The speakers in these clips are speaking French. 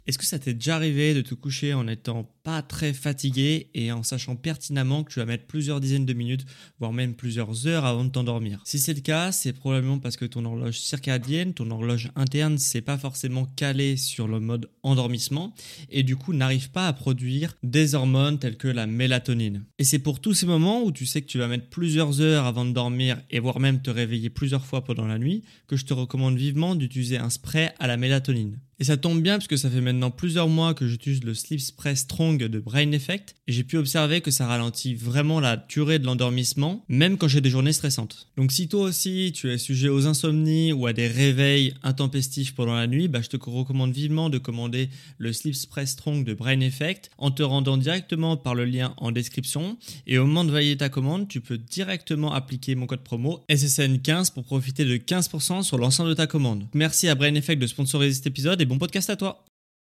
Est-ce que ça t'est déjà arrivé de te coucher en n'étant pas très fatigué et en sachant pertinemment que tu vas mettre plusieurs dizaines de minutes, voire même plusieurs heures avant de t'endormir? Si c'est le cas, c'est probablement parce que ton horloge circadienne, ton horloge interne, c'est pas forcément calé sur le mode endormissement et du coup n'arrive pas à produire des hormones telles que la mélatonine. Et c'est pour tous ces moments où tu sais que tu vas mettre plusieurs heures avant de dormir et voire même te réveiller plusieurs fois pendant la nuit que je te recommande vivement d'utiliser un spray à la mélatonine. Et ça tombe bien parce que ça fait maintenant plusieurs mois que j'utilise le Sleep Spray Strong de Brain Effect et j'ai pu observer que ça ralentit vraiment la durée de l'endormissement, même quand j'ai des journées stressantes. Donc si toi aussi tu es sujet aux insomnies ou à des réveils intempestifs pendant la nuit, je te recommande vivement de commander le Sleep Spray Strong de Brain Effect en te rendant directement par le lien en description et au moment de valider ta commande, tu peux directement appliquer mon code promo SSN15 pour profiter de 15% sur l'ensemble de ta commande. Merci à Brain Effect de sponsoriser cet épisode et bon podcast à toi.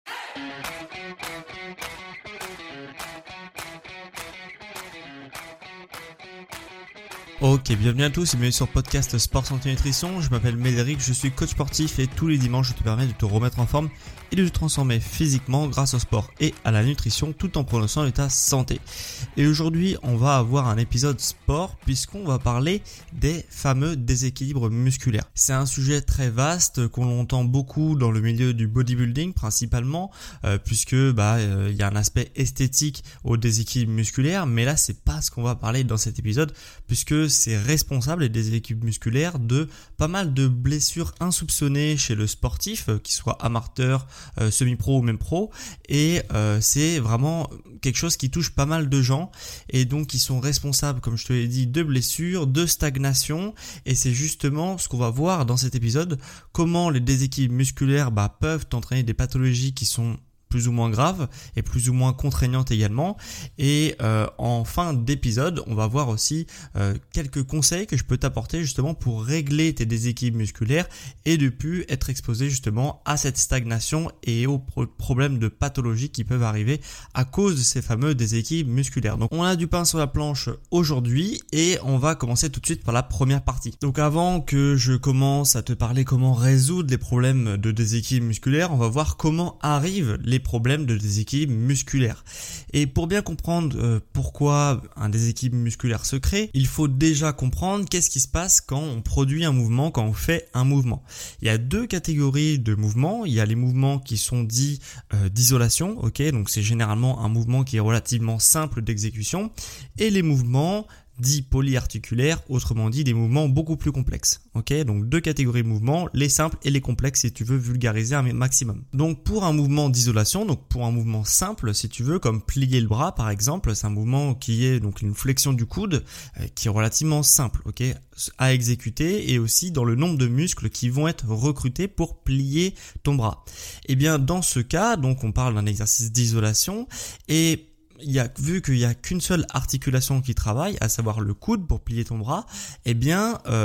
Ok, bienvenue à tous et bienvenue sur Podcast Sport Santé Nutrition. Je m'appelle Médéric, je suis coach sportif et tous les dimanches je te permets de te remettre en forme et de te transformer physiquement grâce au sport et à la nutrition tout en prononçant ta santé. Et aujourd'hui on va avoir un épisode sport puisqu'on va parler des fameux déséquilibres musculaires. C'est un sujet très vaste qu'on entend beaucoup dans le milieu du bodybuilding principalement puisque y a un aspect esthétique au déséquilibre musculaire, mais là c'est pas ce qu'on va parler dans cet épisode puisque c'est responsable, les déséquilibres musculaires, de pas mal de blessures insoupçonnées chez le sportif, qu'il soit amateur, semi-pro ou même pro, et c'est vraiment quelque chose qui touche pas mal de gens, et donc ils sont responsables, comme je te l'ai dit, de blessures, de stagnation, et c'est justement ce qu'on va voir dans cet épisode, comment les déséquilibres musculaires peuvent entraîner des pathologies qui sont plus ou moins graves et plus ou moins contraignantes également. Et en fin d'épisode, on va voir aussi quelques conseils que je peux t'apporter justement pour régler tes déséquilibres musculaires et de plus être exposé justement à cette stagnation et aux problèmes de pathologie qui peuvent arriver à cause de ces fameux déséquilibres musculaires. Donc on a du pain sur la planche aujourd'hui et on va commencer tout de suite par la première partie. Donc avant que je commence à te parler comment résoudre les problèmes de déséquilibre musculaire, on va voir comment arrivent les problèmes de déséquilibre musculaire. Et pour bien comprendre pourquoi un déséquilibre musculaire se crée, il faut déjà comprendre qu'est-ce qui se passe quand on produit un mouvement, quand on fait un mouvement. Il y a deux catégories de mouvements. Il y a les mouvements qui sont dits d'isolation, donc c'est généralement un mouvement qui est relativement simple d'exécution, et les mouvements dits polyarticulaires, autrement dit des mouvements beaucoup plus complexes. Donc deux catégories de mouvements, les simples et les complexes si tu veux vulgariser un maximum. Donc pour un mouvement d'isolation, donc pour un mouvement simple si tu veux, comme plier le bras par exemple, c'est un mouvement qui est donc une flexion du coude qui est relativement simple, à exécuter, et aussi dans le nombre de muscles qui vont être recrutés pour plier ton bras. Et bien dans ce cas, donc on parle d'un exercice d'isolation, et vu qu'il n'y a qu'une seule articulation qui travaille, à savoir le coude pour plier ton bras, il y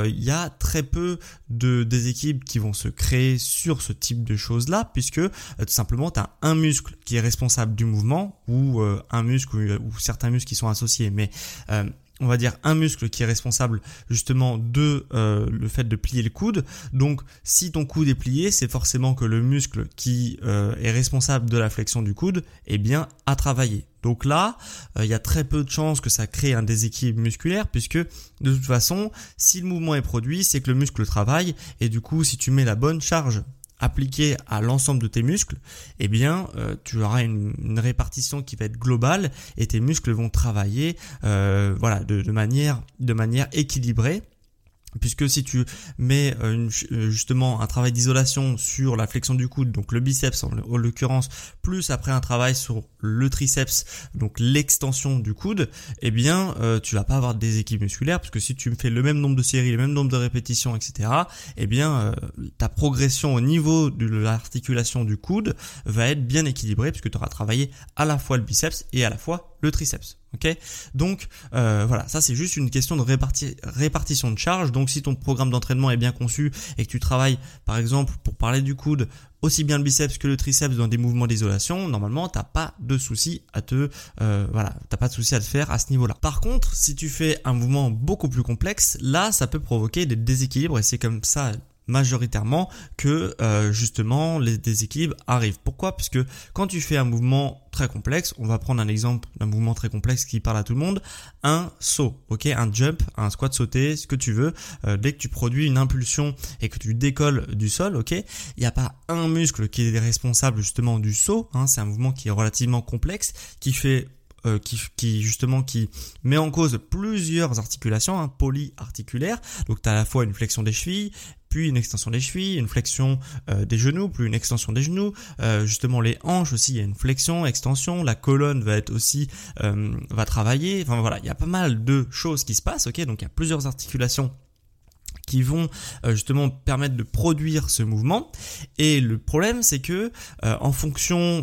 a très peu de déséquilibres qui vont se créer sur ce type de choses-là, puisque tout simplement tu as un muscle qui est responsable du mouvement, ou un muscle ou certains muscles qui sont associés, mais on va dire un muscle qui est responsable justement de le fait de plier le coude. Donc si ton coude est plié, c'est forcément que le muscle qui est responsable de la flexion du coude a travaillé. Donc là, il y a très peu de chances que ça crée un déséquilibre musculaire, puisque de toute façon, si le mouvement est produit, c'est que le muscle travaille, et du coup, si tu mets la bonne charge appliquée à l'ensemble de tes muscles, tu auras une répartition qui va être globale et tes muscles vont travailler de manière équilibrée. Puisque si tu mets justement un travail d'isolation sur la flexion du coude, donc le biceps en l'occurrence, plus après un travail sur le triceps, donc l'extension du coude, tu vas pas avoir de déséquilibre musculaire, parce que si tu fais le même nombre de séries, le même nombre de répétitions, etc., ta progression au niveau de l'articulation du coude va être bien équilibrée, puisque tu auras travaillé à la fois le biceps et à la fois le triceps. Donc ça c'est juste une question de répartition de charge. Donc si ton programme d'entraînement est bien conçu et que tu travailles par exemple, pour parler du coude, aussi bien le biceps que le triceps dans des mouvements d'isolation, normalement t'as pas de souci à te faire à ce niveau-là. Par contre, si tu fais un mouvement beaucoup plus complexe, là ça peut provoquer des déséquilibres, et c'est comme ça majoritairement que justement les déséquilibres arrivent. Pourquoi ? Puisque quand tu fais un mouvement très complexe, on va prendre un exemple d'un mouvement très complexe qui parle à tout le monde, un saut, ok, un jump, un squat sauté, ce que tu veux, dès que tu produis une impulsion et que tu décolles du sol, ok, il n'y a pas un muscle qui est responsable justement du saut, hein, c'est un mouvement qui est relativement complexe, qui met en cause plusieurs articulations, polyarticulaires. Donc tu as à la fois une flexion des chevilles, puis une extension des chevilles, une flexion des genoux, puis une extension des genoux. Justement les hanches aussi, il y a une flexion, extension. La colonne va être aussi va travailler. Enfin voilà, il y a pas mal de choses qui se passent. Ok, donc il y a plusieurs articulations qui vont justement permettre de produire ce mouvement. Et le problème, c'est que en fonction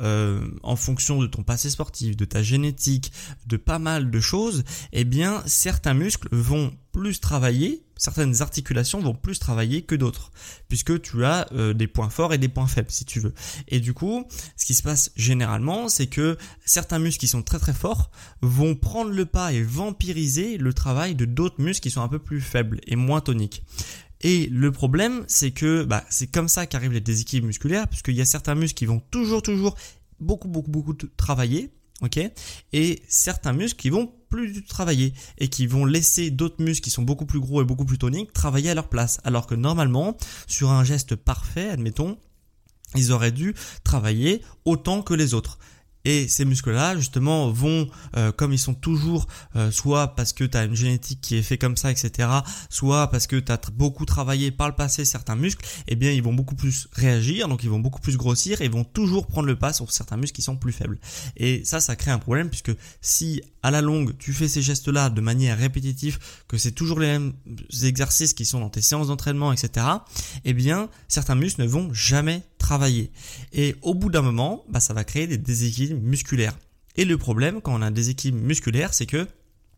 de ton passé sportif, de ta génétique, de pas mal de choses, eh bien certains muscles vont plus travailler, certaines articulations vont plus travailler que d'autres, puisque tu as des points forts et des points faibles si tu veux. Et du coup, ce qui se passe généralement, c'est que certains muscles qui sont très très forts vont prendre le pas et vampiriser le travail de d'autres muscles qui sont un peu plus faibles et moins toniques. Et le problème, c'est que c'est comme ça qu'arrivent les déséquilibres musculaires, puisqu'il y a certains muscles qui vont toujours beaucoup travailler, ok, et certains muscles qui vont plus travailler et qui vont laisser d'autres muscles qui sont beaucoup plus gros et beaucoup plus toniques travailler à leur place. Alors que normalement, sur un geste parfait, admettons, ils auraient dû travailler autant que les autres. Et ces muscles-là, justement, vont, comme ils sont toujours, soit parce que tu as une génétique qui est fait comme ça, etc., soit parce que tu as beaucoup travaillé par le passé certains muscles, eh bien, ils vont beaucoup plus réagir, donc ils vont beaucoup plus grossir et vont toujours prendre le pas sur certains muscles qui sont plus faibles. Et ça crée un problème puisque si, à la longue, tu fais ces gestes-là de manière répétitive, que c'est toujours les mêmes exercices qui sont dans tes séances d'entraînement, etc., eh bien, certains muscles ne vont jamais travailler. Et au bout d'un moment, ça va créer des déséquilibres musculaires. Et le problème quand on a un déséquilibre musculaire, c'est que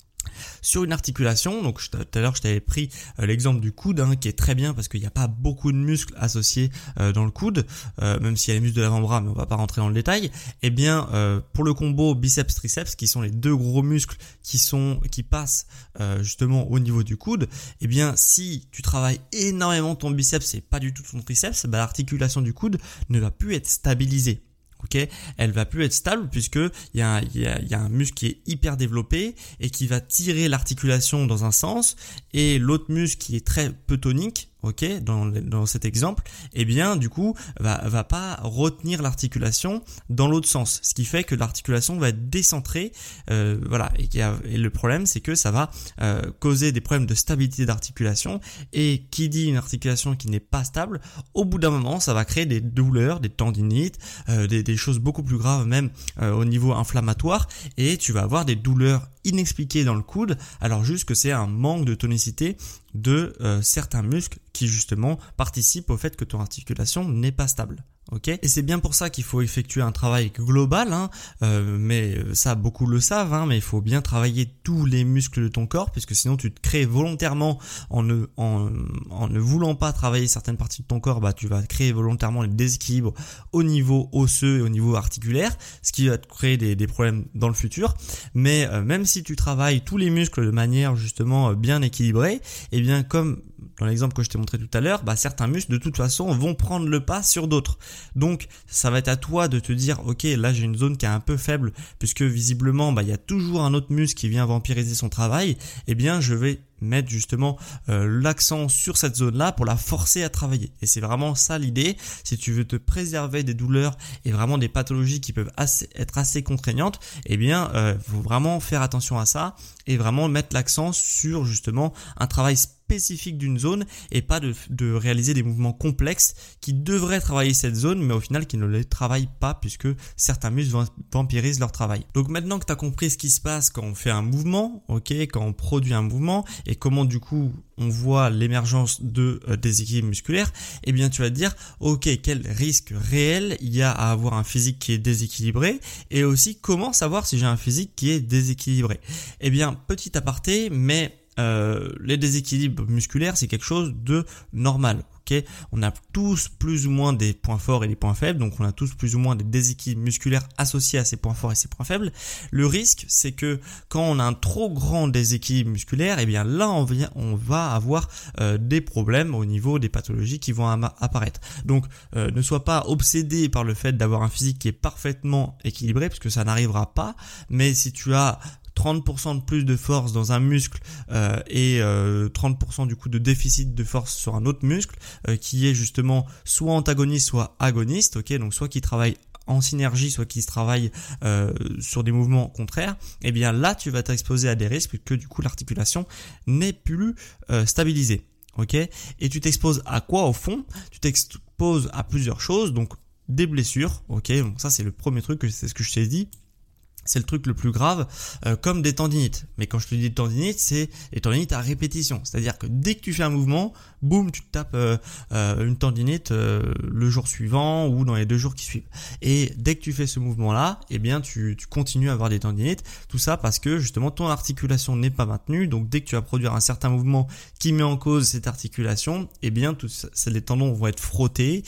sur une articulation, donc tout à l'heure je t'avais pris l'exemple du coude qui est très bien parce qu'il n'y a pas beaucoup de muscles associés dans le coude, même s'il y a les muscles de l'avant-bras, mais on va pas rentrer dans le détail. Et bien pour le combo biceps-triceps, qui sont les deux gros muscles qui passent justement au niveau du coude, et bien si tu travailles énormément ton biceps et pas du tout ton triceps, l'articulation du coude ne va plus être stabilisée. Ok, elle va plus être stable puisque il y a un muscle qui est hyper développé et qui va tirer l'articulation dans un sens, et l'autre muscle qui est très peu tonique, ok, dans cet exemple, eh bien du coup va pas retenir l'articulation dans l'autre sens, ce qui fait que l'articulation va être décentrée, voilà, et le problème c'est que ça va causer des problèmes de stabilité d'articulation, et qui dit une articulation qui n'est pas stable, au bout d'un moment ça va créer des douleurs, des tendinites, des choses beaucoup plus graves même au niveau inflammatoire, et tu vas avoir des douleurs inexpliquées dans le coude, alors juste que c'est un manque de tonicité de certains muscles qui justement participent au fait que ton articulation n'est pas stable. Ok, et c'est bien pour ça qu'il faut effectuer un travail global, mais ça beaucoup le savent, mais il faut bien travailler tous les muscles de ton corps, puisque sinon tu te crées volontairement en ne voulant pas travailler certaines parties de ton corps, tu vas créer volontairement les déséquilibres au niveau osseux et au niveau articulaire, ce qui va te créer des problèmes dans le futur. Mais même si tu travailles tous les muscles de manière justement bien équilibrée, et bien comme dans l'exemple que je t'ai montré tout à l'heure, certains muscles de toute façon vont prendre le pas sur d'autres. Donc ça va être à toi de te dire ok, là j'ai une zone qui est un peu faible puisque visiblement il y a toujours un autre muscle qui vient vampiriser son travail, eh bien je vais mettre justement l'accent sur cette zone-là pour la forcer à travailler. Et c'est vraiment ça l'idée. Si tu veux te préserver des douleurs et vraiment des pathologies qui peuvent être assez contraignantes, eh bien faut vraiment faire attention à ça et vraiment mettre l'accent sur justement un travail spécifique d'une zone et pas de réaliser des mouvements complexes qui devraient travailler cette zone mais au final qui ne les travaillent pas puisque certains muscles vampirisent leur travail. Donc maintenant que tu as compris ce qui se passe quand on fait un mouvement, ok, quand on produit un mouvement et comment du coup on voit l'émergence de déséquilibre musculaire, eh bien tu vas te dire ok, quel risque réel il y a à avoir un physique qui est déséquilibré, et aussi comment savoir si j'ai un physique qui est déséquilibré. Eh bien petit aparté, mais les déséquilibres musculaires, c'est quelque chose de normal. Okay, on a tous plus ou moins des points forts et des points faibles, donc on a tous plus ou moins des déséquilibres musculaires associés à ces points forts et ces points faibles. Le risque, c'est que quand on a un trop grand déséquilibre musculaire, eh bien là on va avoir des problèmes au niveau des pathologies qui vont apparaître. Donc ne sois pas obsédé par le fait d'avoir un physique qui est parfaitement équilibré, parce que ça n'arrivera pas, mais si tu as 30% de plus de force dans un muscle et 30% du coup de déficit de force sur un autre muscle qui est justement soit antagoniste soit agoniste, ok, donc soit qui travaille en synergie, soit qui se travaille sur des mouvements contraires, et bien là tu vas t'exposer à des risques que du coup l'articulation n'est plus stabilisée, ok. Et tu t'exposes à quoi au fond? Tu t'exposes à plusieurs choses, donc des blessures, ok, donc ça c'est le premier truc, c'est ce que je t'ai dit. C'est le truc le plus grave, comme des tendinites. Mais quand je te dis tendinite, c'est les tendinites à répétition. C'est-à-dire que dès que tu fais un mouvement, boum, tu te tapes une tendinite le jour suivant ou dans les 2 jours qui suivent. Et dès que tu fais ce mouvement-là, eh bien tu continues à avoir des tendinites. Tout ça parce que justement ton articulation n'est pas maintenue. Donc dès que tu vas produire un certain mouvement qui met en cause cette articulation, eh bien les tendons vont être frottés,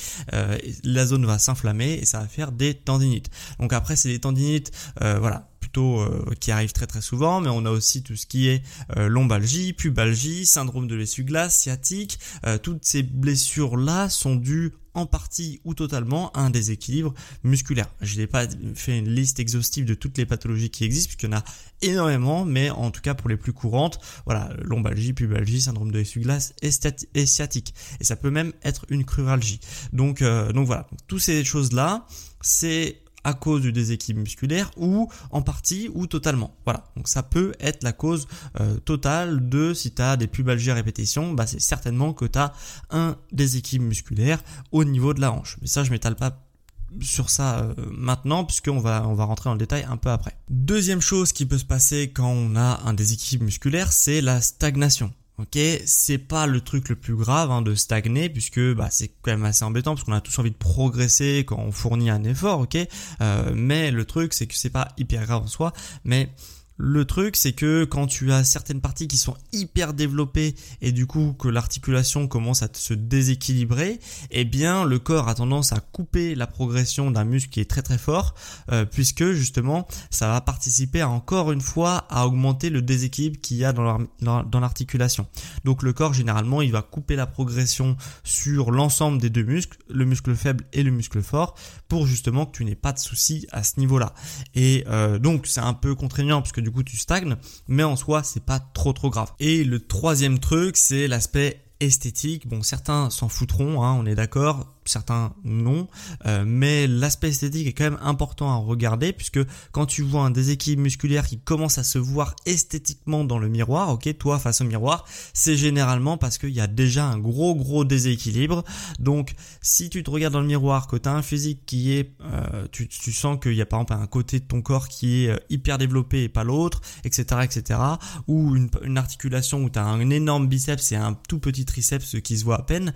la zone va s'inflammer et ça va faire des tendinites. Donc après c'est des tendinites voilà, plutôt qui arrive très très souvent, mais on a aussi tout ce qui est lombalgie, pubalgie, syndrome de l'essuie-glace, sciatique. Toutes ces blessures-là sont dues en partie ou totalement à un déséquilibre musculaire. Je n'ai pas fait une liste exhaustive de toutes les pathologies qui existent, puisqu'il y en a énormément, mais en tout cas pour les plus courantes, voilà, lombalgie, pubalgie, syndrome de l'essuie-glace et sciatique. Et ça peut même être une cruralgie. Donc voilà, toutes ces choses-là, c'est à cause du déséquilibre musculaire ou en partie ou totalement. Voilà, donc ça peut être la cause totale de si tu as des pubalgies à répétition, bah c'est certainement que tu as un déséquilibre musculaire au niveau de la hanche. Mais ça, je m'étale pas sur ça maintenant puisqu'on va rentrer dans le détail un peu après. Deuxième chose qui peut se passer quand on a un déséquilibre musculaire, c'est la stagnation. Ok, c'est pas le truc le plus grave de stagner puisque c'est quand même assez embêtant parce qu'on a tous envie de progresser quand on fournit un effort, ok. Mais le truc c'est que c'est pas hyper grave en soi, mais le truc c'est que quand tu as certaines parties qui sont hyper développées et du coup que l'articulation commence à se déséquilibrer, eh bien le corps a tendance à couper la progression d'un muscle qui est très très fort puisque justement ça va participer encore une fois à augmenter le déséquilibre qu'il y a dans l'articulation. Donc le corps généralement il va couper la progression sur l'ensemble des 2 muscles, le muscle faible et le muscle fort, pour justement que tu n'aies pas de soucis à ce niveau-là. Et donc c'est un peu contraignant parce que du coup tu stagnes, mais en soi c'est pas trop grave. Et le troisième truc, c'est l'aspect esthétique. Bon, certains s'en foutront, on est d'accord, certains non, mais l'aspect esthétique est quand même important à regarder puisque quand tu vois un déséquilibre musculaire qui commence à se voir esthétiquement dans le miroir, ok, toi face au miroir, c'est généralement parce qu'il y a déjà un gros déséquilibre. Donc si tu te regardes dans le miroir, que tu as un physique qui est, tu sens qu'il y a par exemple un côté de ton corps qui est hyper développé et pas l'autre, etc., ou une articulation où tu as un énorme biceps et un tout petit triceps qui se voit à peine,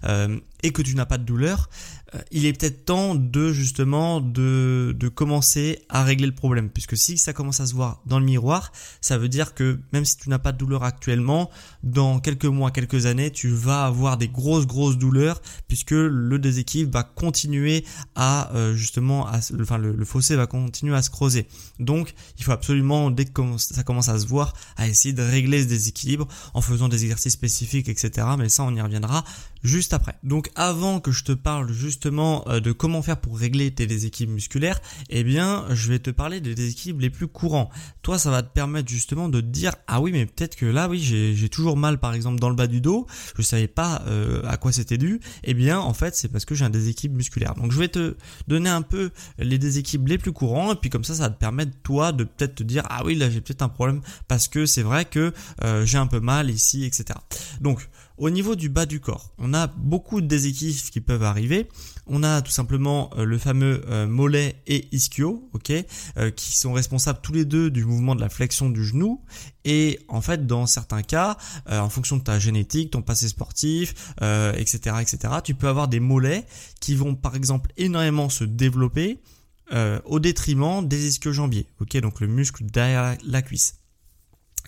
et que tu n'as pas de douleur, il est peut-être temps de justement de commencer à régler le problème, puisque si ça commence à se voir dans le miroir, ça veut dire que même si tu n'as pas de douleur actuellement, dans quelques mois, quelques années, tu vas avoir des grosses douleurs, puisque le déséquilibre va continuer à justement, le fossé va continuer à se creuser. Donc il faut absolument, dès que ça commence à se voir, à essayer de régler ce déséquilibre en faisant des exercices spécifiques, etc. Mais ça, on y reviendra juste après. Donc avant que je te parle justement de comment faire pour régler tes déséquilibres musculaires, eh bien je vais te parler des déséquilibres les plus courants. Toi, ça va te permettre justement de te dire ah oui, mais peut-être que là oui j'ai toujours mal par exemple dans le bas du dos, je savais pas à quoi c'était dû. Eh bien en fait c'est parce que j'ai un déséquilibre musculaire. Donc je vais te donner un peu les déséquilibres les plus courants et puis comme ça va te permettre toi de peut-être te dire ah oui là j'ai peut-être un problème parce que c'est vrai que j'ai un peu mal ici, etc. Donc au niveau du bas du corps, on a beaucoup de déséquilibres qui peuvent arriver. On a tout simplement le fameux mollet et ischio, ok, qui sont responsables tous les deux du mouvement de la flexion du genou. Et en fait, dans certains cas, en fonction de ta génétique, ton passé sportif, etc., tu peux avoir des mollets qui vont par exemple énormément se développer au détriment des ischio-jambiers, ok, donc le muscle derrière la cuisse.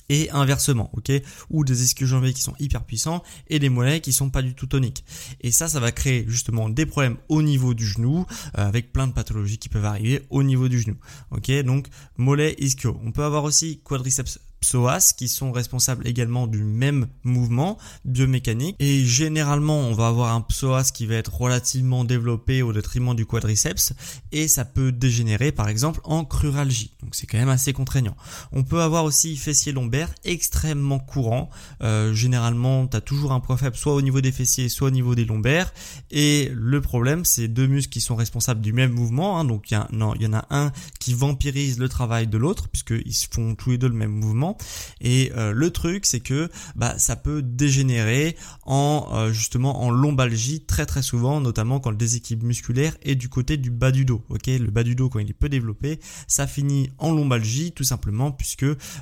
Et inversement, ok, ou des ischio-jambiers qui sont hyper puissants et des mollets qui sont pas du tout toniques. Et ça va créer justement des problèmes au niveau du genou, avec plein de pathologies qui peuvent arriver au niveau du genou. Ok, donc mollet, ischio. On peut avoir aussi quadriceps psoas qui sont responsables également du même mouvement biomécanique, et généralement on va avoir un psoas qui va être relativement développé au détriment du quadriceps, et ça peut dégénérer par exemple en cruralgie, donc c'est quand même assez contraignant. On peut avoir aussi fessier lombaire extrêmement courant, généralement tu as toujours un point faible soit au niveau des fessiers soit au niveau des lombaires, et le problème c'est deux muscles qui sont responsables du même mouvement, donc il y en a un qui vampirise le travail de l'autre puisqu'ils font tous les deux le même mouvement. Et le truc c'est que ça peut dégénérer justement en lombalgie très très souvent, notamment quand le déséquilibre musculaire est du côté du bas du dos. Ok, le bas du dos quand il est peu développé, ça finit en lombalgie tout simplement puisque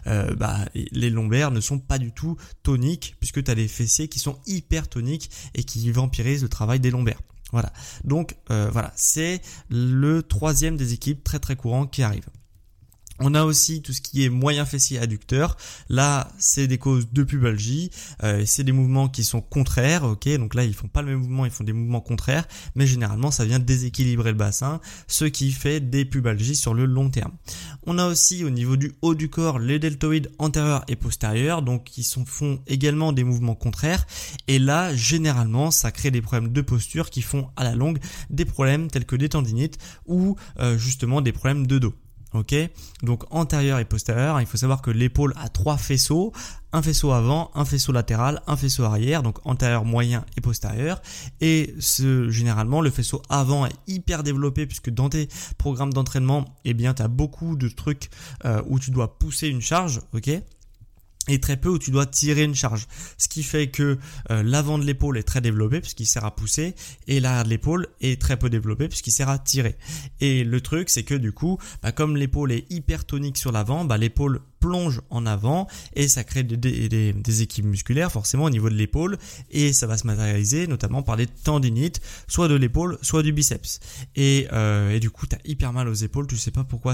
les lombaires ne sont pas du tout toniques, puisque tu as des fessiers qui sont hyper toniques et qui vampirisent le travail des lombaires. Voilà, donc c'est le troisième déséquilibre très très courant qui arrive. On a aussi tout ce qui est moyen fessier adducteur. Là, c'est des causes de pubalgie. C'est des mouvements qui sont contraires. Ok, donc là, ils font pas le même mouvement, ils font des mouvements contraires. Mais généralement, ça vient déséquilibrer le bassin, ce qui fait des pubalgies sur le long terme. On a aussi au niveau du haut du corps les deltoïdes antérieurs et postérieurs, donc qui font également des mouvements contraires. Et là, généralement, ça crée des problèmes de posture qui font à la longue des problèmes tels que des tendinites ou justement des problèmes de dos. Ok, donc antérieur et postérieur, il faut savoir que l'épaule a trois faisceaux, un faisceau avant, un faisceau latéral, un faisceau arrière, donc antérieur, moyen et postérieur. Et généralement, le faisceau avant est hyper développé puisque dans tes programmes d'entraînement, tu as beaucoup de trucs où tu dois pousser une charge, ok, et très peu où tu dois tirer une charge. Ce qui fait que l'avant de l'épaule est très développé puisqu'il sert à pousser, et l'arrière de l'épaule est très peu développé puisqu'il sert à tirer. Et le truc c'est que du coup, comme l'épaule est hyper tonique sur l'avant, l'épaule plonge en avant et ça crée des déséquilibres musculaires forcément au niveau de l'épaule, et ça va se matérialiser notamment par des tendinites, soit de l'épaule, soit du biceps. Et du coup, tu as hyper mal aux épaules, tu sais pas pourquoi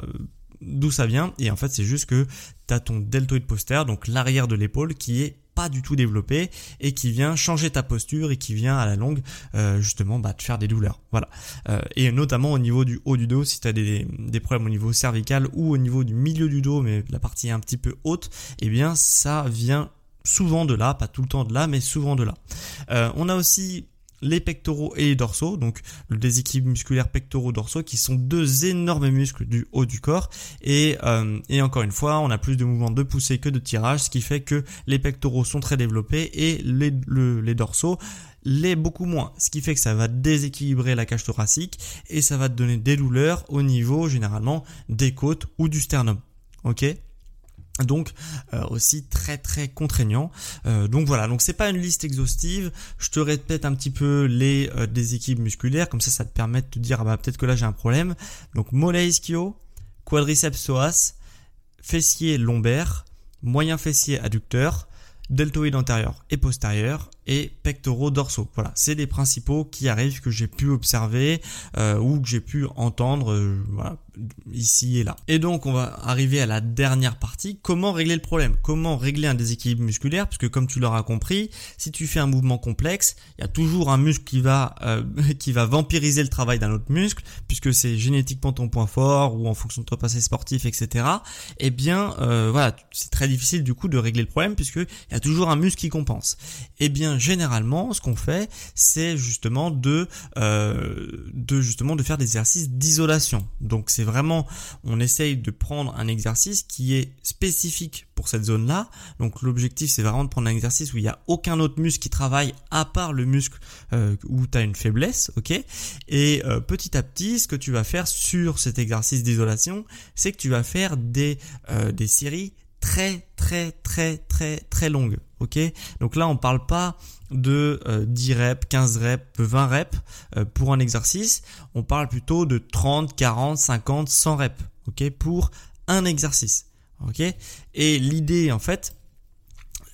d'où ça vient, et en fait c'est juste que tu as ton deltoïde postérieur, donc l'arrière de l'épaule, qui est pas du tout développé et qui vient changer ta posture et qui vient à la longue justement te faire des douleurs. Voilà. Et notamment au niveau du haut du dos, si tu as des problèmes au niveau cervical ou au niveau du milieu du dos, mais la partie un petit peu haute, ça vient souvent de là, pas tout le temps de là, mais souvent de là. On a aussi les pectoraux et les dorsaux, donc le déséquilibre musculaire pectoraux-dorsaux, qui sont deux énormes muscles du haut du corps, et encore une fois on a plus de mouvements de poussée que de tirage, ce qui fait que les pectoraux sont très développés et les dorsaux l'est beaucoup moins, ce qui fait que ça va déséquilibrer la cage thoracique et ça va te donner des douleurs au niveau généralement des côtes ou du sternum. Ok, donc aussi très très contraignant. Donc voilà, donc c'est pas une liste exhaustive. Je te répète un petit peu les déséquilibres musculaires, comme ça te permet de te dire peut-être que là j'ai un problème. Donc mollet ischio, quadriceps psoas, fessier lombaire, moyen fessier adducteur, deltoïde antérieur et postérieur et pectoraux dorsaux. Voilà, c'est les principaux qui arrivent, que j'ai pu observer ou que j'ai pu entendre ici et là. Et donc on va arriver à la dernière partie, comment régler le problème, comment régler un déséquilibre musculaire, parce que comme tu l'auras compris, si tu fais un mouvement complexe, il y a toujours un muscle qui va vampiriser le travail d'un autre muscle, puisque c'est génétiquement ton point fort ou en fonction de ton passé sportif, etc. C'est très difficile du coup de régler le problème puisque il y a toujours un muscle qui compense. Et bien généralement ce qu'on fait, c'est justement de faire des exercices d'isolation. Donc c'est vraiment, on essaye de prendre un exercice qui est spécifique pour cette zone-là. Donc l'objectif c'est vraiment de prendre un exercice où il n'y a aucun autre muscle qui travaille à part le muscle où tu as une faiblesse, ok. Et petit à petit, ce que tu vas faire sur cet exercice d'isolation, c'est que tu vas faire des séries très très très très très longues, ok. Donc là on parle pas de 10 reps, 15 reps, 20 reps pour un exercice, on parle plutôt de 30, 40, 50, 100 reps, ok, pour un exercice, ok. Et l'idée en fait,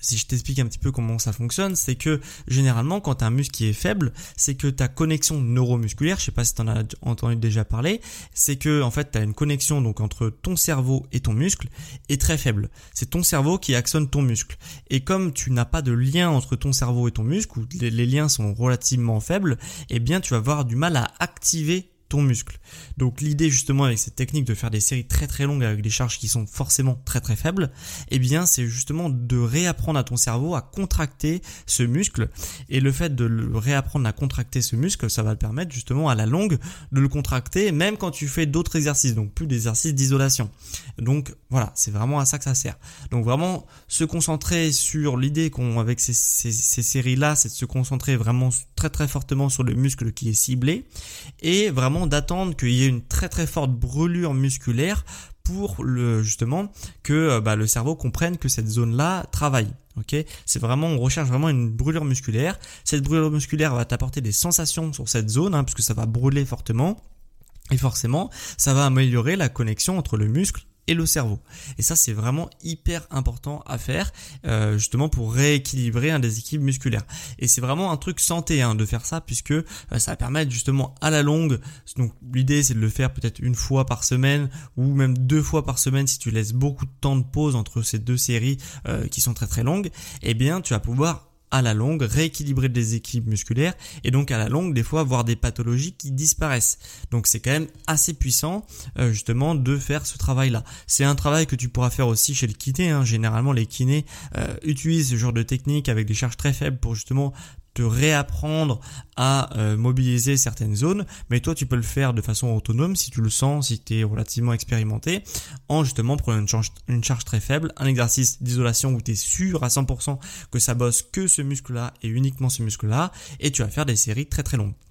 si je t'explique un petit peu comment ça fonctionne, c'est que généralement quand tu as un muscle qui est faible, c'est que ta connexion neuromusculaire, je sais pas si tu en as entendu déjà parler, c'est que en fait tu as une connexion donc entre ton cerveau et ton muscle est très faible. C'est ton cerveau qui actionne ton muscle. Et comme tu n'as pas de lien entre ton cerveau et ton muscle, ou les liens sont relativement faibles, eh bien tu vas avoir du mal à activer ton muscle. Donc l'idée justement avec cette technique de faire des séries très très longues avec des charges qui sont forcément très très faibles, eh bien c'est justement de réapprendre à ton cerveau à contracter ce muscle, et le fait de le réapprendre à contracter ce muscle, ça va te permettre justement à la longue de le contracter même quand tu fais d'autres exercices, donc plus d'exercices d'isolation. Donc voilà, c'est vraiment à ça que ça sert. Donc vraiment se concentrer sur l'idée qu'on avec ces séries là, c'est de se concentrer vraiment très très fortement sur le muscle qui est ciblé, et vraiment d'attendre qu'il y ait une très très forte brûlure musculaire pour justement que le cerveau comprenne que cette zone-là travaille. Ok, c'est vraiment, on recherche vraiment une brûlure musculaire. Cette brûlure musculaire va t'apporter des sensations sur cette zone, puisque ça va brûler fortement, et forcément, ça va améliorer la connexion entre le muscle et le cerveau. Et ça, c'est vraiment hyper important à faire, justement pour rééquilibrer un déséquilibre musculaire. Et c'est vraiment un truc santé de faire ça, puisque ça va permettre justement à la longue, donc l'idée c'est de le faire peut-être une fois par semaine ou même 2 fois par semaine si tu laisses beaucoup de temps de pause entre ces 2 séries qui sont très très longues, eh bien tu vas pouvoir à la longue rééquilibrer le déséquilibre musculaire, et donc à la longue des fois avoir des pathologies qui disparaissent. Donc c'est quand même assez puissant justement de faire ce travail là. C'est un travail que tu pourras faire aussi chez le kiné, Généralement les kinés utilisent ce genre de technique avec des charges très faibles pour justement te réapprendre à mobiliser certaines zones, mais toi tu peux le faire de façon autonome si tu le sens, si tu es relativement expérimenté, en justement prenant une charge très faible, un exercice d'isolation où tu es sûr à 100% que ça bosse que ce muscle-là et uniquement ce muscle-là, et tu vas faire des séries très très longues.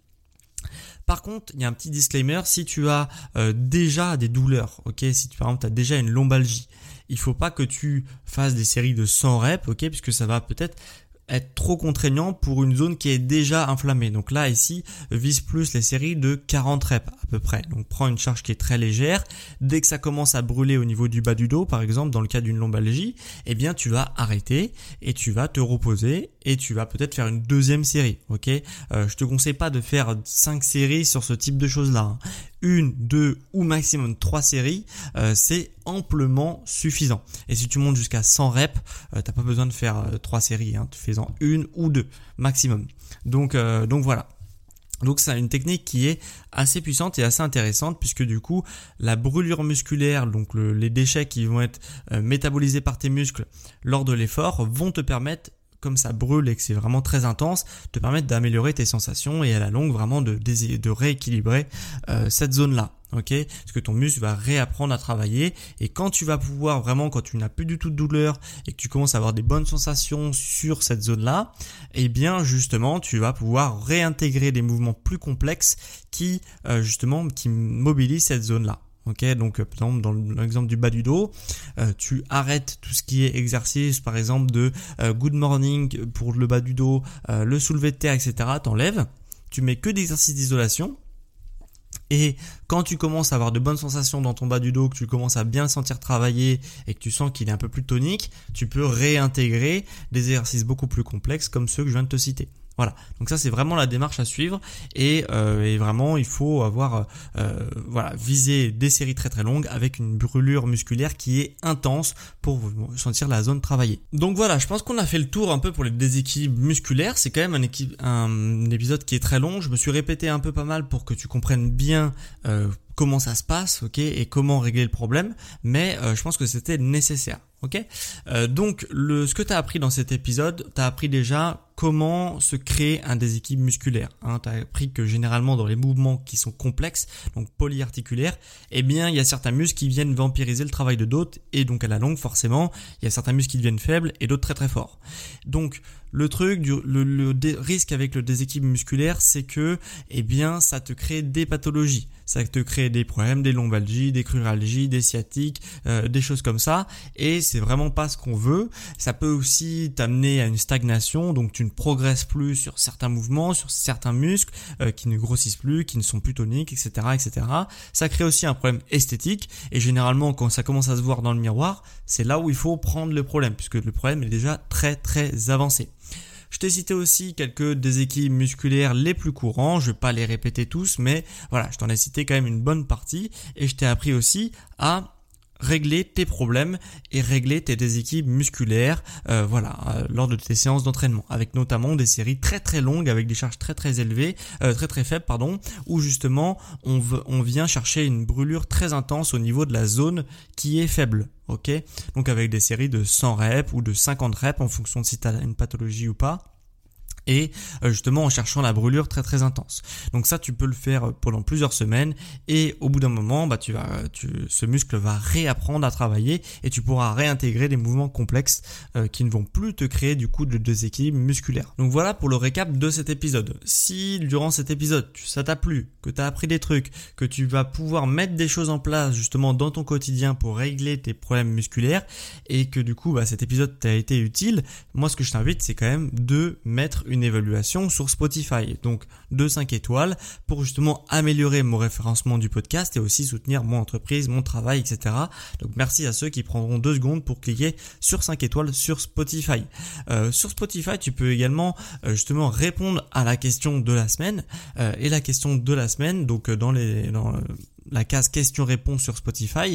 Par contre, il y a un petit disclaimer, si tu as déjà des douleurs, si par exemple tu as déjà une lombalgie, il faut pas que tu fasses des séries de 100 reps, puisque ça va peut-être être trop contraignant pour une zone qui est déjà inflammée. Donc là, ici, vise plus les séries de 40 reps à peu près. Donc prends une charge qui est très légère. Dès que ça commence à brûler au niveau du bas du dos, par exemple, dans le cas d'une lombalgie, eh bien tu vas arrêter et tu vas te reposer et tu vas peut-être faire une deuxième série. Je te conseille pas de faire 5 séries sur ce type de choses-là. 1, 2 ou maximum 3 séries, c'est amplement suffisant. Et si tu montes jusqu'à 100 reps, t'as pas besoin de faire 3 séries, tu fais-en 1 ou 2 maximum. Donc voilà. Donc c'est une technique qui est assez puissante et assez intéressante, puisque du coup la brûlure musculaire, donc les déchets qui vont être métabolisés par tes muscles lors de l'effort, vont te permettre, comme ça brûle et que c'est vraiment très intense, te permettre d'améliorer tes sensations et à la longue vraiment de rééquilibrer cette zone-là. Parce que ton muscle va réapprendre à travailler, et quand tu vas pouvoir vraiment, quand tu n'as plus du tout de douleur et que tu commences à avoir des bonnes sensations sur cette zone-là, eh bien justement tu vas pouvoir réintégrer des mouvements plus complexes qui mobilisent cette zone-là. Donc par exemple dans l'exemple du bas du dos, tu arrêtes tout ce qui est exercice, par exemple de good morning pour le bas du dos, le soulevé de terre, etc. T'enlèves, tu mets que d'exercices d'isolation. Et quand tu commences à avoir de bonnes sensations dans ton bas du dos, que tu commences à bien le sentir travailler et que tu sens qu'il est un peu plus tonique, tu peux réintégrer des exercices beaucoup plus complexes comme ceux que je viens de te citer. Voilà, donc ça c'est vraiment la démarche à suivre, et vraiment il faut avoir viser des séries très très longues avec une brûlure musculaire qui est intense pour sentir la zone travailler. Donc voilà, je pense qu'on a fait le tour un peu pour les déséquilibres musculaires. C'est quand même un épisode qui est très long, je me suis répété un peu pas mal pour que tu comprennes bien comment ça se passe, et comment régler le problème, mais je pense que c'était nécessaire. Donc ce que tu as appris dans cet épisode, tu as appris déjà comment se créer un déséquilibre musculaire. Tu as appris que généralement dans les mouvements qui sont complexes, donc polyarticulaires, eh bien il y a certains muscles qui viennent vampiriser le travail de d'autres, et donc à la longue forcément, il y a certains muscles qui deviennent faibles et d'autres très très forts. Donc Le truc, risque avec le déséquilibre musculaire, c'est que, ça te crée des pathologies. Ça te crée des problèmes, des lombalgies, des cruralgies, des sciatiques, des choses comme ça. Et c'est vraiment pas ce qu'on veut. Ça peut aussi t'amener à une stagnation, donc tu ne progresses plus sur certains mouvements, sur certains muscles qui ne grossissent plus, qui ne sont plus toniques, etc., etc. Ça crée aussi un problème esthétique. Et généralement, quand ça commence à se voir dans le miroir, c'est là où il faut prendre le problème, puisque le problème est déjà très très avancé. Je t'ai cité aussi quelques déséquilibres musculaires les plus courants, je vais pas les répéter tous, mais voilà, je t'en ai cité quand même une bonne partie et je t'ai appris aussi à régler tes problèmes et régler tes déséquilibres musculaires lors de tes séances d'entraînement, avec notamment des séries très très longues avec des charges très très élevées, très très faibles où justement on vient chercher une brûlure très intense au niveau de la zone qui est faible. Ok, donc avec des séries de 100 reps ou de 50 reps en fonction de si tu as une pathologie ou pas. Et justement en cherchant la brûlure très très intense. Donc ça tu peux le faire pendant plusieurs semaines et au bout d'un moment ce muscle va réapprendre à travailler et tu pourras réintégrer des mouvements complexes qui ne vont plus te créer du coup de déséquilibre musculaire. Donc voilà pour le récap de cet épisode. Si durant cet épisode ça t'a plu, que tu as appris des trucs, que tu vas pouvoir mettre des choses en place justement dans ton quotidien pour régler tes problèmes musculaires et que du coup cet épisode t'a été utile, moi ce que je t'invite c'est quand même de mettre une évaluation sur Spotify, donc de 5 étoiles pour justement améliorer mon référencement du podcast et aussi soutenir mon entreprise, mon travail, etc. Donc merci à ceux qui prendront 2 secondes pour cliquer sur 5 étoiles sur Spotify. Sur Spotify, tu peux également justement répondre à la question de la semaine et la question de la semaine, donc dans la case questions-réponses sur Spotify,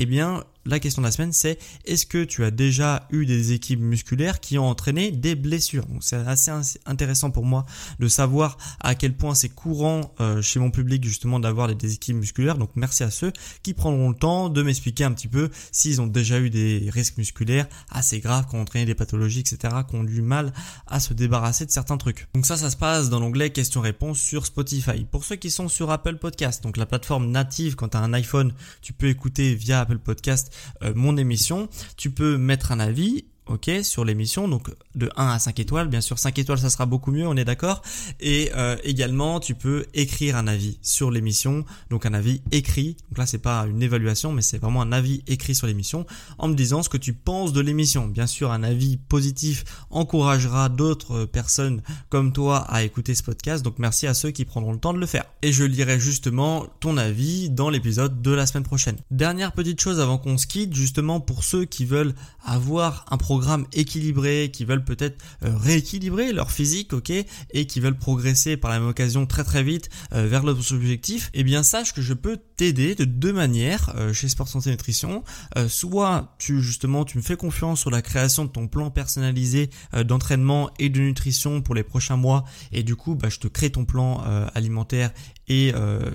la question de la semaine c'est: est-ce que tu as déjà eu des déséquilibres musculaires qui ont entraîné des blessures? Donc c'est assez intéressant pour moi de savoir à quel point c'est courant chez mon public justement d'avoir des déséquilibres musculaires. Donc merci à ceux qui prendront le temps de m'expliquer un petit peu s'ils ont déjà eu des risques musculaires assez graves, qui ont entraîné des pathologies, etc., qui ont du mal à se débarrasser de certains trucs. Donc ça se passe dans l'onglet questions-réponses sur Spotify. Pour ceux qui sont sur Apple Podcast, donc la plateforme native, quand tu as un iPhone, tu peux écouter via Apple Podcast mon émission, tu peux mettre un avis sur l'émission, donc de 1 à 5 étoiles, bien sûr 5 étoiles ça sera beaucoup mieux, on est d'accord, et également tu peux écrire un avis sur l'émission, donc un avis écrit, donc là c'est pas une évaluation mais c'est vraiment un avis écrit sur l'émission en me disant ce que tu penses de l'émission. Bien sûr un avis positif encouragera d'autres personnes comme toi à écouter ce podcast, donc merci à ceux qui prendront le temps de le faire et je lirai justement ton avis dans l'épisode de la semaine prochaine. Dernière petite chose avant qu'on se quitte, justement pour ceux qui veulent avoir un programme équilibré, qui veulent peut-être rééquilibrer leur physique, et qui veulent progresser par la même occasion très très vite vers leurs objectifs, sache que je peux t'aider de 2 manières chez Sport Santé Nutrition. Soit tu me fais confiance sur la création de ton plan personnalisé d'entraînement et de nutrition pour les prochains mois et du coup je te crée ton plan alimentaire et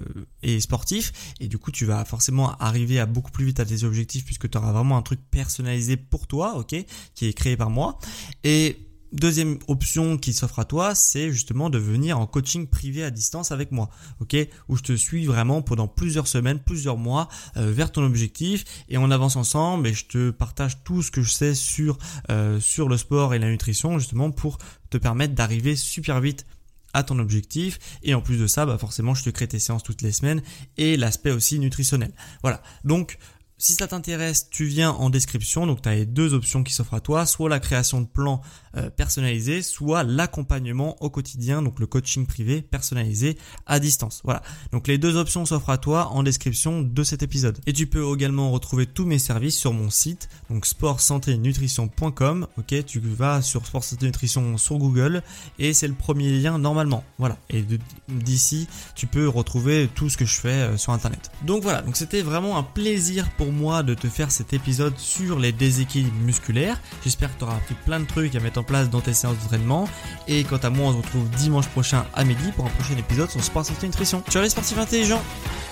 sportif et du coup tu vas forcément arriver à beaucoup plus vite à tes objectifs puisque tu auras vraiment un truc personnalisé pour toi, qui est créé par moi. Et deuxième option qui s'offre à toi, c'est justement de venir en coaching privé à distance avec moi, où je te suis vraiment pendant plusieurs semaines, plusieurs mois vers ton objectif et on avance ensemble et je te partage tout ce que je sais sur le sport et la nutrition justement pour te permettre d'arriver super vite à ton objectif et en plus de ça, forcément je te crée tes séances toutes les semaines et l'aspect aussi nutritionnel. Voilà, donc si ça t'intéresse, tu viens en description, donc tu as les 2 options qui s'offrent à toi, soit la création de plans personnalisés, soit l'accompagnement au quotidien, donc le coaching privé personnalisé à distance. Voilà, donc les 2 options s'offrent à toi en description de cet épisode. Et tu peux également retrouver tous mes services sur mon site, donc sportsanténutrition.com, tu vas sur Sport Santé Nutrition sur Google et c'est le premier lien normalement. Voilà, et d'ici, tu peux retrouver tout ce que je fais sur internet. Donc voilà, donc c'était vraiment un plaisir pour moi de te faire cet épisode sur les déséquilibres musculaires. J'espère que tu auras appris plein de trucs à mettre en place dans tes séances d'entraînement. Et quant à moi, on se retrouve dimanche prochain à midi pour un prochain épisode sur Sport Santé Nutrition. Ciao les sportifs intelligents!